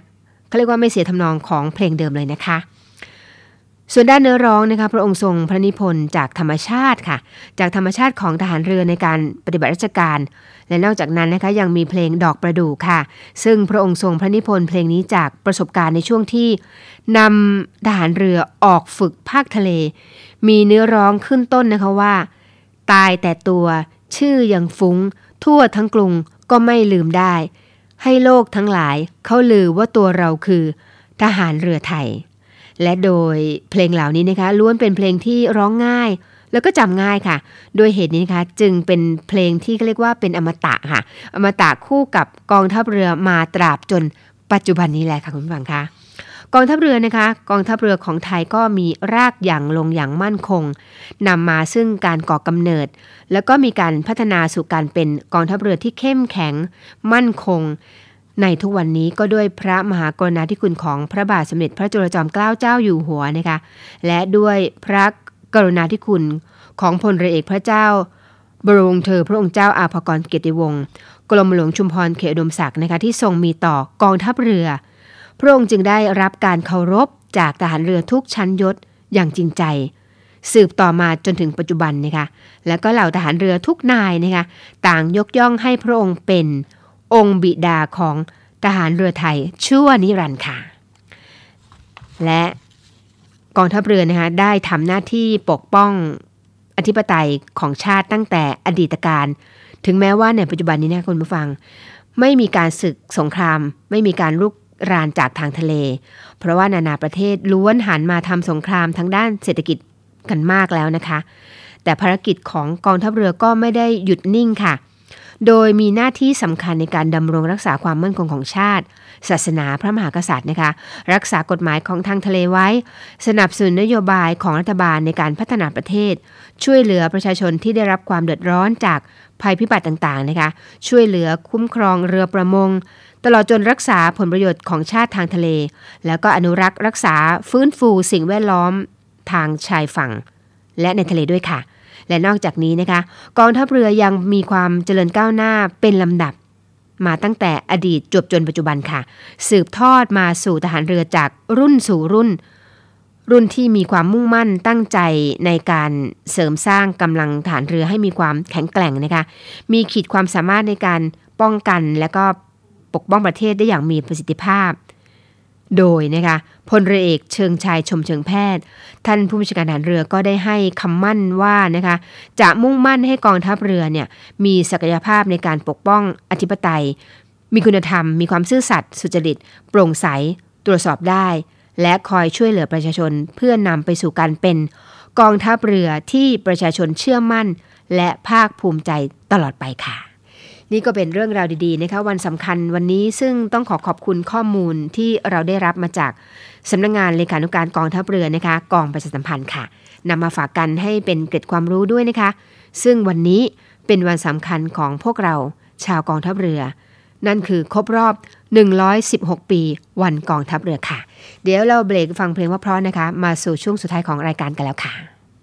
เขาเรียกว่าไม่เสียทำนองของเพลงเดิมเลยนะคะส่วนด้านเนื้อร้องนะคะพระองค์ทรงพระนิพนธ์จากธรรมชาติค่ะจากธรรมชาติของทหารเรือในการปฏิบัติราชการและนอกจากนั้นนะคะยังมีเพลงดอกประดู่ค่ะซึ่งพระองค์ทรงพระนิพนธ์เพลงนี้จากประสบการณ์ในช่วงที่นำทหารเรือออกฝึกภาคทะเลมีเนื้อร้องขึ้นต้นนะคะว่าตายแต่ตัวชื่อยังฟุ้งทั่วทั้งกรุงก็ไม่ลืมได้ให้โลกทั้งหลายเขาลือว่าตัวเราคือทหารเรือไทยและโดยเพลงเหล่านี้นะคะล้วนเป็นเพลงที่ร้องง่ายแล้วก็จำง่ายค่ะโดยเหตุนี้นะคะจึงเป็นเพลงที่เรียกว่าเป็นอมตะค่ะอมตะคู่กับกองทัพเรือมาตราบจนปัจจุบันนี้แหละค่ะคุณผู้ฟังคะกองทัพเรือนะคะกองทัพเรือของไทยก็มีรากอย่างลงอย่างมั่นคงนำมาซึ่งการก่อกำเนิดแล้วก็มีการพัฒนาสู่การเป็นกองทัพเรือที่เข้มแข็งมั่นคงในทุกวันนี้ก็ด้วยพระมหากรุณาธิคุณของพระบาทสมเด็จพระจุลจอมเกล้าเจ้าอยู่หัวนะคะและด้วยพระกรุณาธิคุณของพลเรือเอกพระเจ้าบรมวงศ์เธอพระองค์เจ้าอาภากรเกียรติวงศ์กรมหลวงชุมพรเขตอุดมศักดิ์นะคะที่ทรงมีต่อกองทัพเรือพระองค์จึงได้รับการเคารพจากทหารเรือทุกชั้นยศอย่างจริงใจสืบต่อมาจนถึงปัจจุบันนะคะและก็เหล่าทหารเรือทุกนายนะคะต่างยกย่องให้พระองค์เป็นองค์บิดาของทหารเรือไทยชั่วนิรันดร์ค่ะและกองทัพเรือนะคะได้ทำหน้าที่ปกป้องอธิปไตยของชาติตั้งแต่อดีตการถึงแม้ว่าในปัจจุบันนี้นะคุณผู้ฟังไม่มีการศึกสงครามไม่มีการลุกรานจากทางทะเลเพราะว่านานาประเทศล้วนหันมาทำสงครามทางด้านเศรษฐกิจกันมากแล้วนะคะแต่ภารกิจของกองทัพเรือก็ไม่ได้หยุดนิ่งค่ะโดยมีหน้าที่สำคัญในการดำรงรักษาความมั่นคงของชาติศาสนาพระมหากษัตริย์นะคะรักษากฎหมายของทางทะเลไว้สนับสนุนนโยบายของรัฐบาลในการพัฒนาประเทศช่วยเหลือประชาชนที่ได้รับความเดือดร้อนจากภัยพิบัติต่างๆนะคะช่วยเหลือคุ้มครองเรือประมงตลอดจนรักษาผลประโยชน์ของชาติทางทะเลแล้วก็อนุรักษ์รักษาฟื้นฟูสิ่งแวดล้อมทางชายฝั่งและในทะเลด้วยค่ะและนอกจากนี้นะคะกองทัพเรือยังมีความเจริญก้าวหน้าเป็นลำดับมาตั้งแต่อดีตจวบจนปัจจุบันค่ะสืบทอดมาสู่ทหารเรือจากรุ่นสู่รุ่นรุ่นที่มีความมุ่งมั่นตั้งใจในการเสริมสร้างกำลังทหารเรือให้มีความแข็งแกร่งนะคะมีขีดความสามารถในการป้องกันและก็ปกป้องประเทศได้อย่างมีประสิทธิภาพโดยนะคะพลเรือเอกเชิงชายชมเชิงแพทย์ท่านผู้บัญชาการทหารเรือก็ได้ให้คำมั่นว่านะคะจะมุ่งมั่นให้กองทัพเรือเนี่ยมีศักยภาพในการปกป้องอธิปไตยมีคุณธรรมมีความซื่อสัตย์สุจริตโปร่งใสตรวจสอบได้และคอยช่วยเหลือประชาชนเพื่อนำไปสู่การเป็นกองทัพเรือที่ประชาชนเชื่อมั่นและภาคภูมิใจตลอดไปค่ะนี่ก็เป็นเรื่องราวดีๆนะคะวันสำคัญวันนี้ซึ่งต้องขอขอบคุณข้อมูลที่เราได้รับมาจากสำนักงานเลขานุการกองทัพเรือนะคะกองประชาสัมพันธ์ค่ะนำมาฝากกันให้เป็นเกร็ดความรู้ด้วยนะคะซึ่งวันนี้เป็นวันสำคัญของพวกเราชาวกองทัพเรือนั่นคือครบรอบหนึ่งร้อยสิบหกปีวันกองทัพเรือค่ะเดี๋ยวเราเบรกฟังเพลงเพราะๆนะคะมาสู่ช่วงสุดท้ายของรายการกันแล้วค่ะ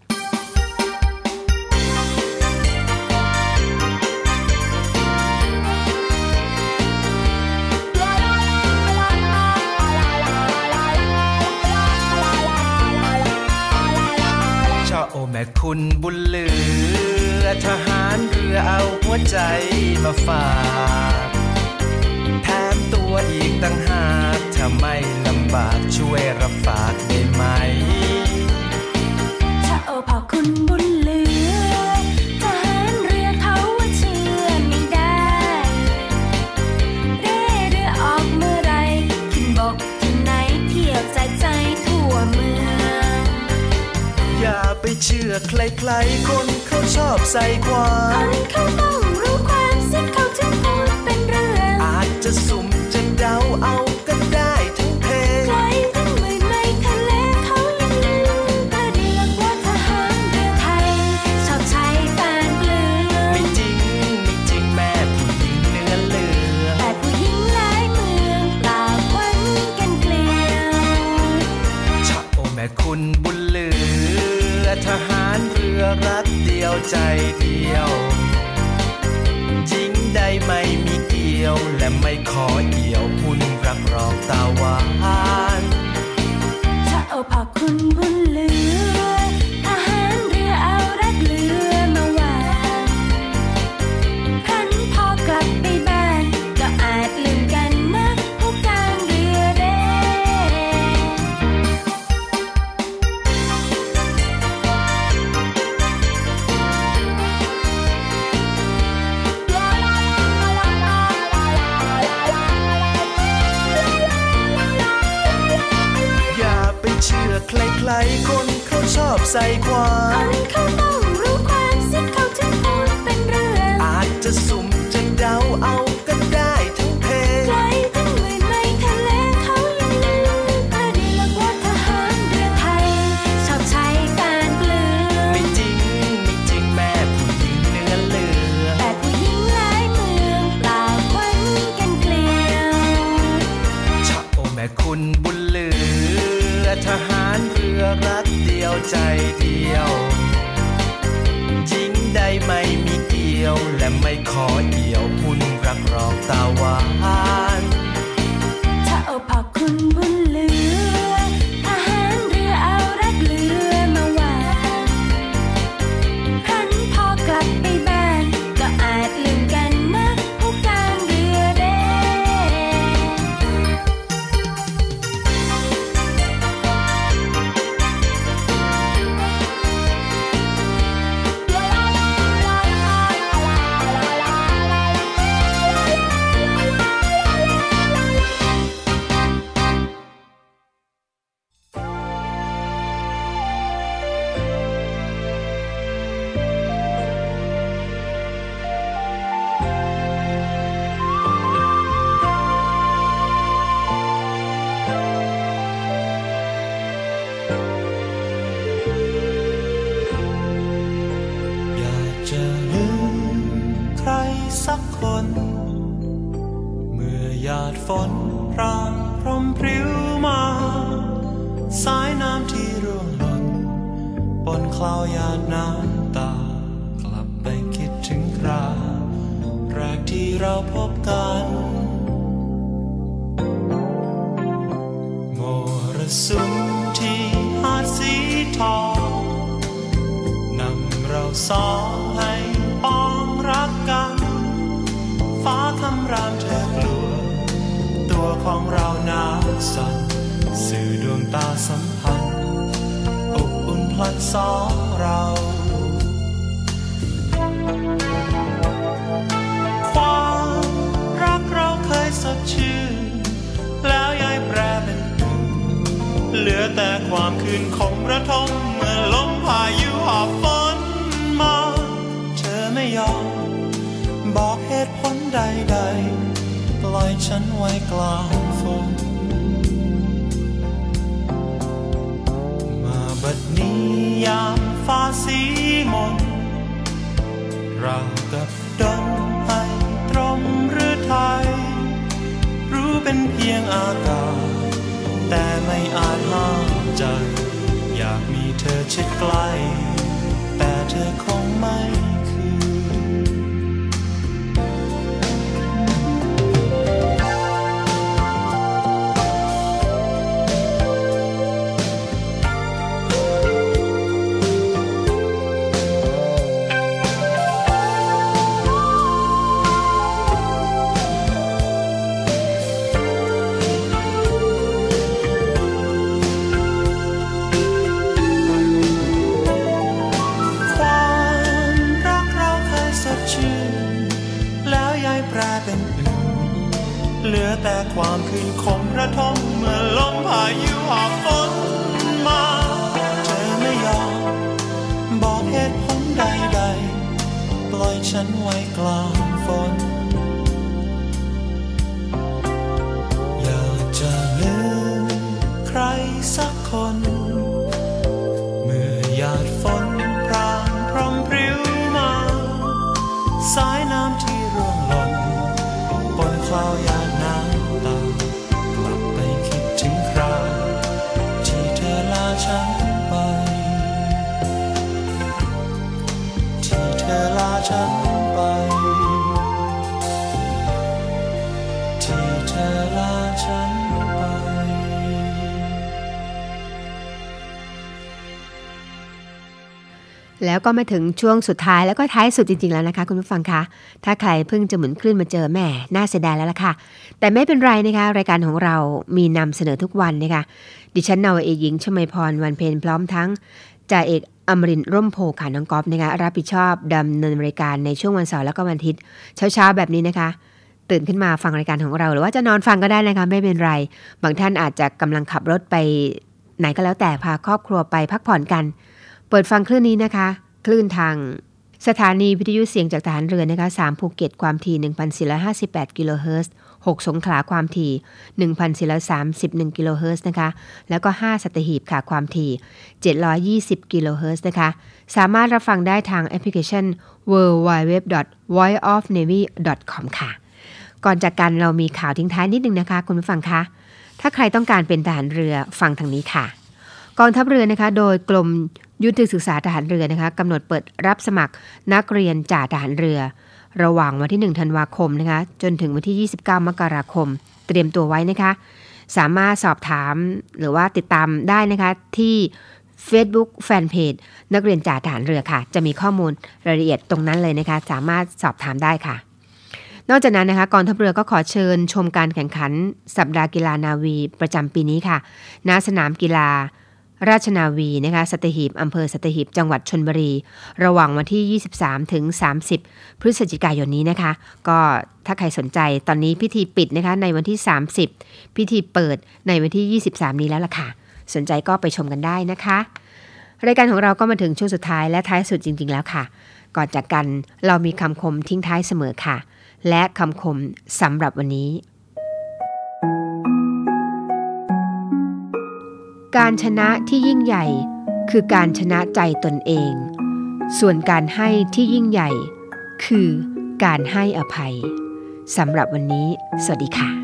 แม่คุณบุญเหลือทหารเรือเอาหัวใจมาฝากแถมตัวอีกตั้งหากถ้าไม่ลำบากช่วยรับฝากได้ไหมถ้าโอพ่อคุณบุญเหลือทหารเรือเขาว่าเชื่อไม่ได้เร่เรือออกเมื่อไรขึ้นบกที่ไหนเที่ยวใจใจทั่วเมืองอย่าไปเชื่อใครๆคนเขาชอบใส่ความคนเขาต้องรู้ความสิเขาถึงพูดเป็นเรื่องอาจจะสุ่มจะเดาเอาก็ได้ทั้งเพใครทั้งหมื่นในทะเลเขายังลืมแต่เรียกว่าทหารเรือไทยชอบใช้แฟนเปลืองไม่จริงไม่จริงแม่ผู้หญิงเนื้อเลือแต่ผู้หญิงหลายเมืองตาควันกันเกลียวชอบโอแม่คุณบุญเหลือทหารเรือรักเดียวใจเดียวหญิงใดไม่มีเกี่ยวและไม่ขอเอี่ยวหุ่นรักรองตาหวานใครๆคนเขาชอบใส่ความคนเขาต้องรู้ความสิเขาถึงพูดเป็นเรื่องอาจจะสุ่มจะเดาเอาก็ได้ทั้งเพลงไกลตั้งหมื่นไมล์ทะเลเขายังลืมกระดีละว่าทหารเรือไทยชอบใช้การเปลืองไม่จริงไม่จริงแม่ผู้หญิงเนื้อเลือแต่ผู้หญิงหลายเมืองเปล่าควันกันเกลียวชอบโอแม่คุณบุญเหลือทหารเรือรักเดียวใจเดียวหญิงใดไม่มีเกี่ยวและไม่ขอเอี่ยวหุ่นรักรองตาหวานถ้าอกผักคุณบุญเหลือทหารเรือเอารักเรือมาหวานครั้นพอกลับไปบ้านก็อาจลืมกันนะผู้การเรือแดงฝนพรางพรมพริ้วมาสายน้ำที่ร่วงหล่นบนคลาวหยาดน้ำตากลับไปคิดถึงคราแรกที่เราพบกันมรสุมที่หาดสีทองนำเราสองให้ป้องรักกันฟ้าคำรามเธอกลัวตัวของเราหนาวสั่นสื่อดวงตาสัมพันธ์อบอุ่นพลันสองเราความรักเราเคยสดชื่นแล้วย้ายแปรเป็นอื่นเหลือแต่ความคืนคงระทมเมื่อลมพายุหอบฝนมาเธอไม่ยอมบอกเหตุผลใดๆปล่อยฉันไว้กลางฝนมาบัดนี้ยามฟ้าสีมนเรากับดนให้ตรมหรือไทยรู้เป็นเพียงอากาศแต่ไม่อาจห้ามใจอยากมีเธอชิดใกล้แต่เธอคงไม่เหลือแต่ความคืนคมระทมเมื่อลมพายุหอบฝนมาเธอไม่ยอมบอกเหตุผลใดๆปล่อยฉันไว้กลางฝนอยากจะลืมใครสักคนเมื่อหยาดฝนพรางพรมพริ้วมาสายน้ำที่ร่วงหล่นบนคลาวหยาดน้ำตากลับไปคิดถึงคราที่เธอลาฉันไปที่เธอลาฉันไปที่เธอลาฉันไปแล้วก็มาถึงช่วงสุดท้ายแล้วก็ท้ายสุดจริงๆแล้วนะคะคุณผู้ฟังคะถ้าใครเพิ่งจะหมุนคลื่นมาเจอแม่น่าเสียดายแล้วล่ะค่ะแต่ไม่เป็นไรนะคะรายการของเรามีนำเสนอทุกวันนะคะดิฉันนาวาเอกหญิงชมาพรวันเพ็ญพร้อมทั้งจ่าเอกอมรินทร์ร่มโพค่ะน้องก๊อฟนะคะรับผิดชอบดำเนินรายการในช่วงวันเสาร์แล้วก็วันอาทิตย์เช้าๆแบบนี้นะคะตื่นขึ้นมาฟังรายการของเราหรือว่าจะนอนฟังก็ได้นะคะไม่เป็นไรบางท่านอาจจะกำลังขับรถไปไหนก็แล้วแต่พาครอบครัวไปพักผ่อนกันเปิดฟังคลื่นนี้นะคะคลื่นทางสถานีวิทยุเสียงจากทหารเรือนะคะสามภูเก็ตความถี่ หนึ่งพันสี่ร้อยห้าสิบแปด กิโลเฮิรตซ์หกสงขลาความถี่ หนึ่งพันสี่ร้อยสามสิบเอ็ด กิโลเฮิรตซ์นะคะแล้วก็ห้าสัตหีบค่ะความถี่เจ็ดร้อยยี่สิบ กิโลเฮิรตซ์นะคะสามารถรับฟังได้ทางแอปพลิเคชัน ดับเบิลยู ดับเบิลยู ดับเบิลยู ดอท voice of navy ดอท คอม ค่ะก่อนจากกันเรามีข่าวทิ้งท้ายนิดนึงนะคะคุณผู้ฟังคะถ้าใครต้องการเป็นทหารเรือฟังทางนี้ค่ะกองทัพเรือนะคะโดยกรมยุทธศึกษาทหารเรือนะคะกำหนดเปิดรับสมัครนักเรียนจ่าทหารเรือระหว่างวันที่หนึ่งธันวาคมนะคะจนถึงวันที่ยี่สิบเก้ามกราคมเตรียมตัวไว้นะคะสามารถสอบถามหรือว่าติดตามได้นะคะที่ Facebook Fanpage นักเรียนจ่าทหารเรือค่ะจะมีข้อมูลรายละเอียดตรงนั้นเลยนะคะสามารถสอบถามได้ค่ะนอกจากนั้นนะคะกองทัพเรือก็ขอเชิญชมการแข่งขันสัปดาห์กีฬานาวีประจำปีนี้ค่ะณสนามกีฬาราชนาวีนะคะสัตหีบอำเภอสัตหีบจังหวัดชลบุรีระหว่างวันที่ยี่สิบสามถึงสามสิบพฤศจิกายนนี้นะคะก็ถ้าใครสนใจตอนนี้พิธีปิดนะคะในวันที่สามสิบพิธีเปิดในวันที่ยี่สิบสามนี้แล้วล่ะค่ะสนใจก็ไปชมกันได้นะคะรายการของเราก็มาถึงช่วงสุดท้ายและท้ายสุดจริงๆแล้วค่ะก่อนจากกันเรามีคำคมทิ้งท้ายเสมอค่ะและคำคมสำหรับวันนี้การชนะที่ยิ่งใหญ่คือการชนะใจตนเองส่วนการให้ที่ยิ่งใหญ่คือการให้อภัยสำหรับวันนี้สวัสดีค่ะ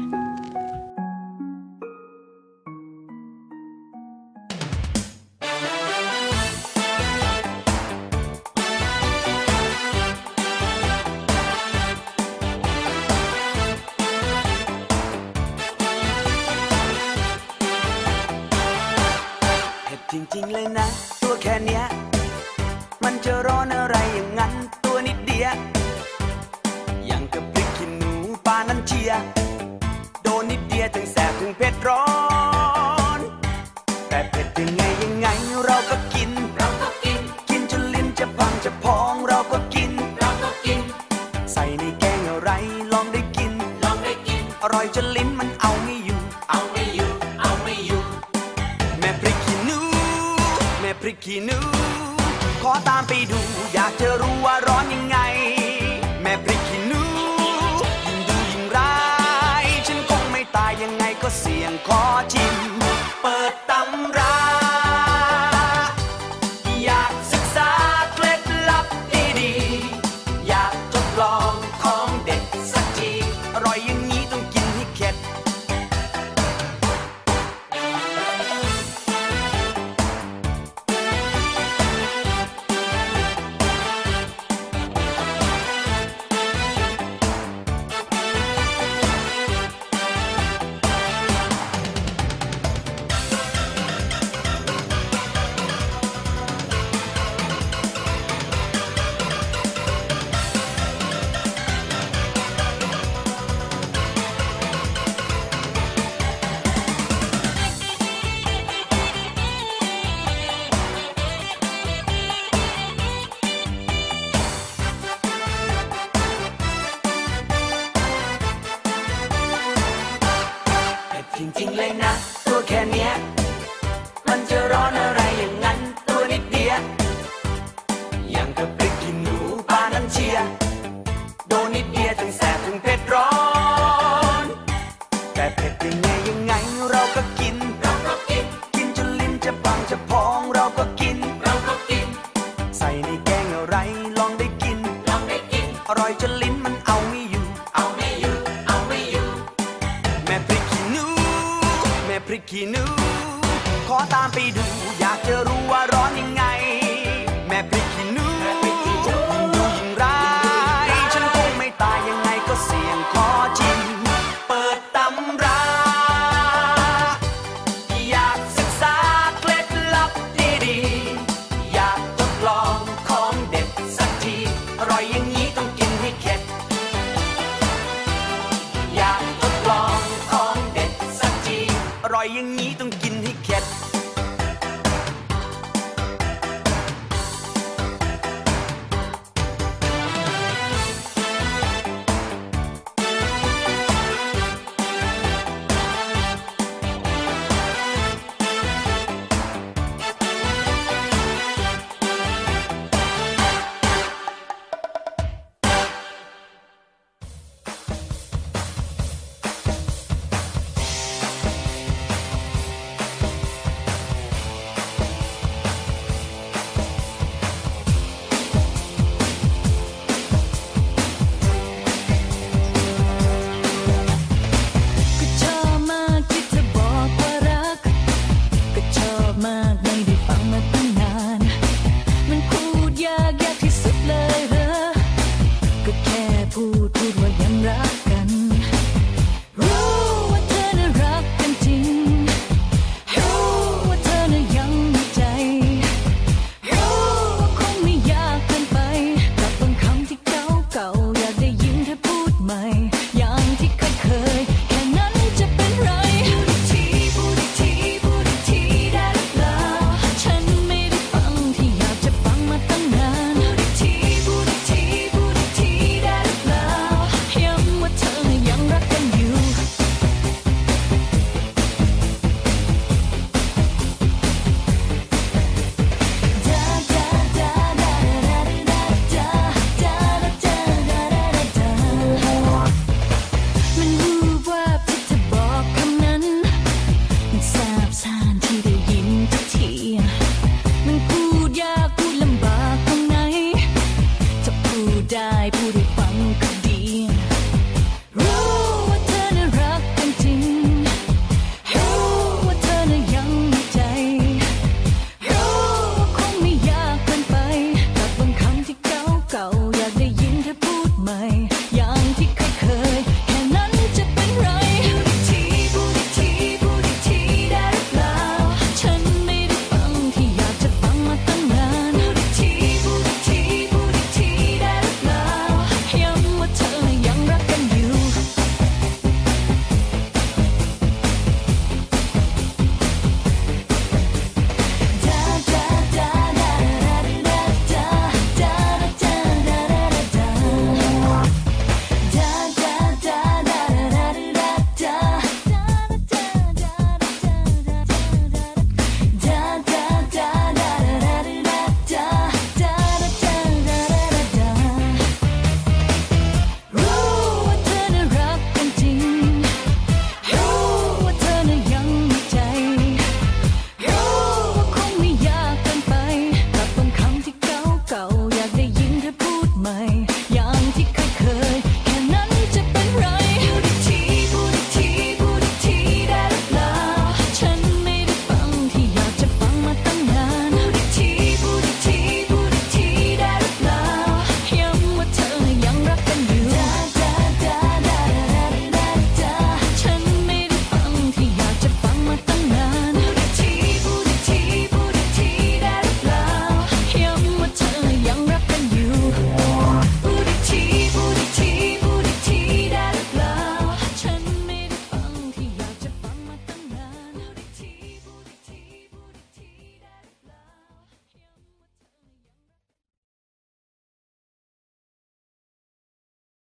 จริงๆเลยนะตัวแค่เนี้ยมันจะร้อนอะไรอย่างนั้นตัวนิดเดียวอย่างกับพริกขี้หนูปานั้นเชียโดนนิดเดียวถึงแสบถึงเผ็ดร้อนแต่เผ็ดยังไงยังไงเราก็กินเราก็กินกินจนลิ้นจะพังจะพองเราก็กินเราก็กินใส่ในแกงอะไรลองได้กินลองได้กินอร่อยจนลิ้นมันเอาไม่อยู่เอาไม่อยู่เอาไม่อยู่แม่พริกขี้หนูแม่พริกขี้หนูขอตามไปดูอยากจะรู้ว่าร้อนยังไงแม่พริกขี้หนูยิ่งดูยิ่งร้ายฉันคงไม่ตายยังไงก็เสี่ยงขอชิมเปิดตำราอยากศึกษาเคล็ดลับดีๆอยากทดลองของเด็ดสักทีอร่อยอย่างนี้ต้องกินให้เข็ดจริงๆเลยนะตัวแค่เนี้ยมันจะร้อนอะไรอย่างนั้นตัวนิดเดียวอย่างกับพริกขี้หนูปานั้นเชียโดนนิดเดียวถึงแสบถึงเผ็ดร้อนแต่เผ็ดยังไงยังไงเราก็กินเราก็กินกินจนลิ้นจะพังจะพองเราก็กินเราก็กินใส่ในแกงอะไรลองได้กินลองได้กินอร่อยจนลิ้นมันเอาไม่อยู่เอาไม่อยู่เอาไม่อยู่แม่พริกขี้หนูแม่พริกขี้หนูขอตามไปดูอยากจะรู้ว่าร้อนยังไงแม่พริกขี้หนูยิ่งดูยิ่งร้ายฉันคงไม่ตายยังไงก็เสี่ยงขอชิมเปิดตำราอยากศึกษาเคล็ดลับดีๆอยากทดลองของเด็ดสักทีอร่อยอย่างนี้ต้องกินให้เข็ดอยากทดลองของเด็ดสักทีอร่อยอย่างนี้ต้องกินให้เข็ด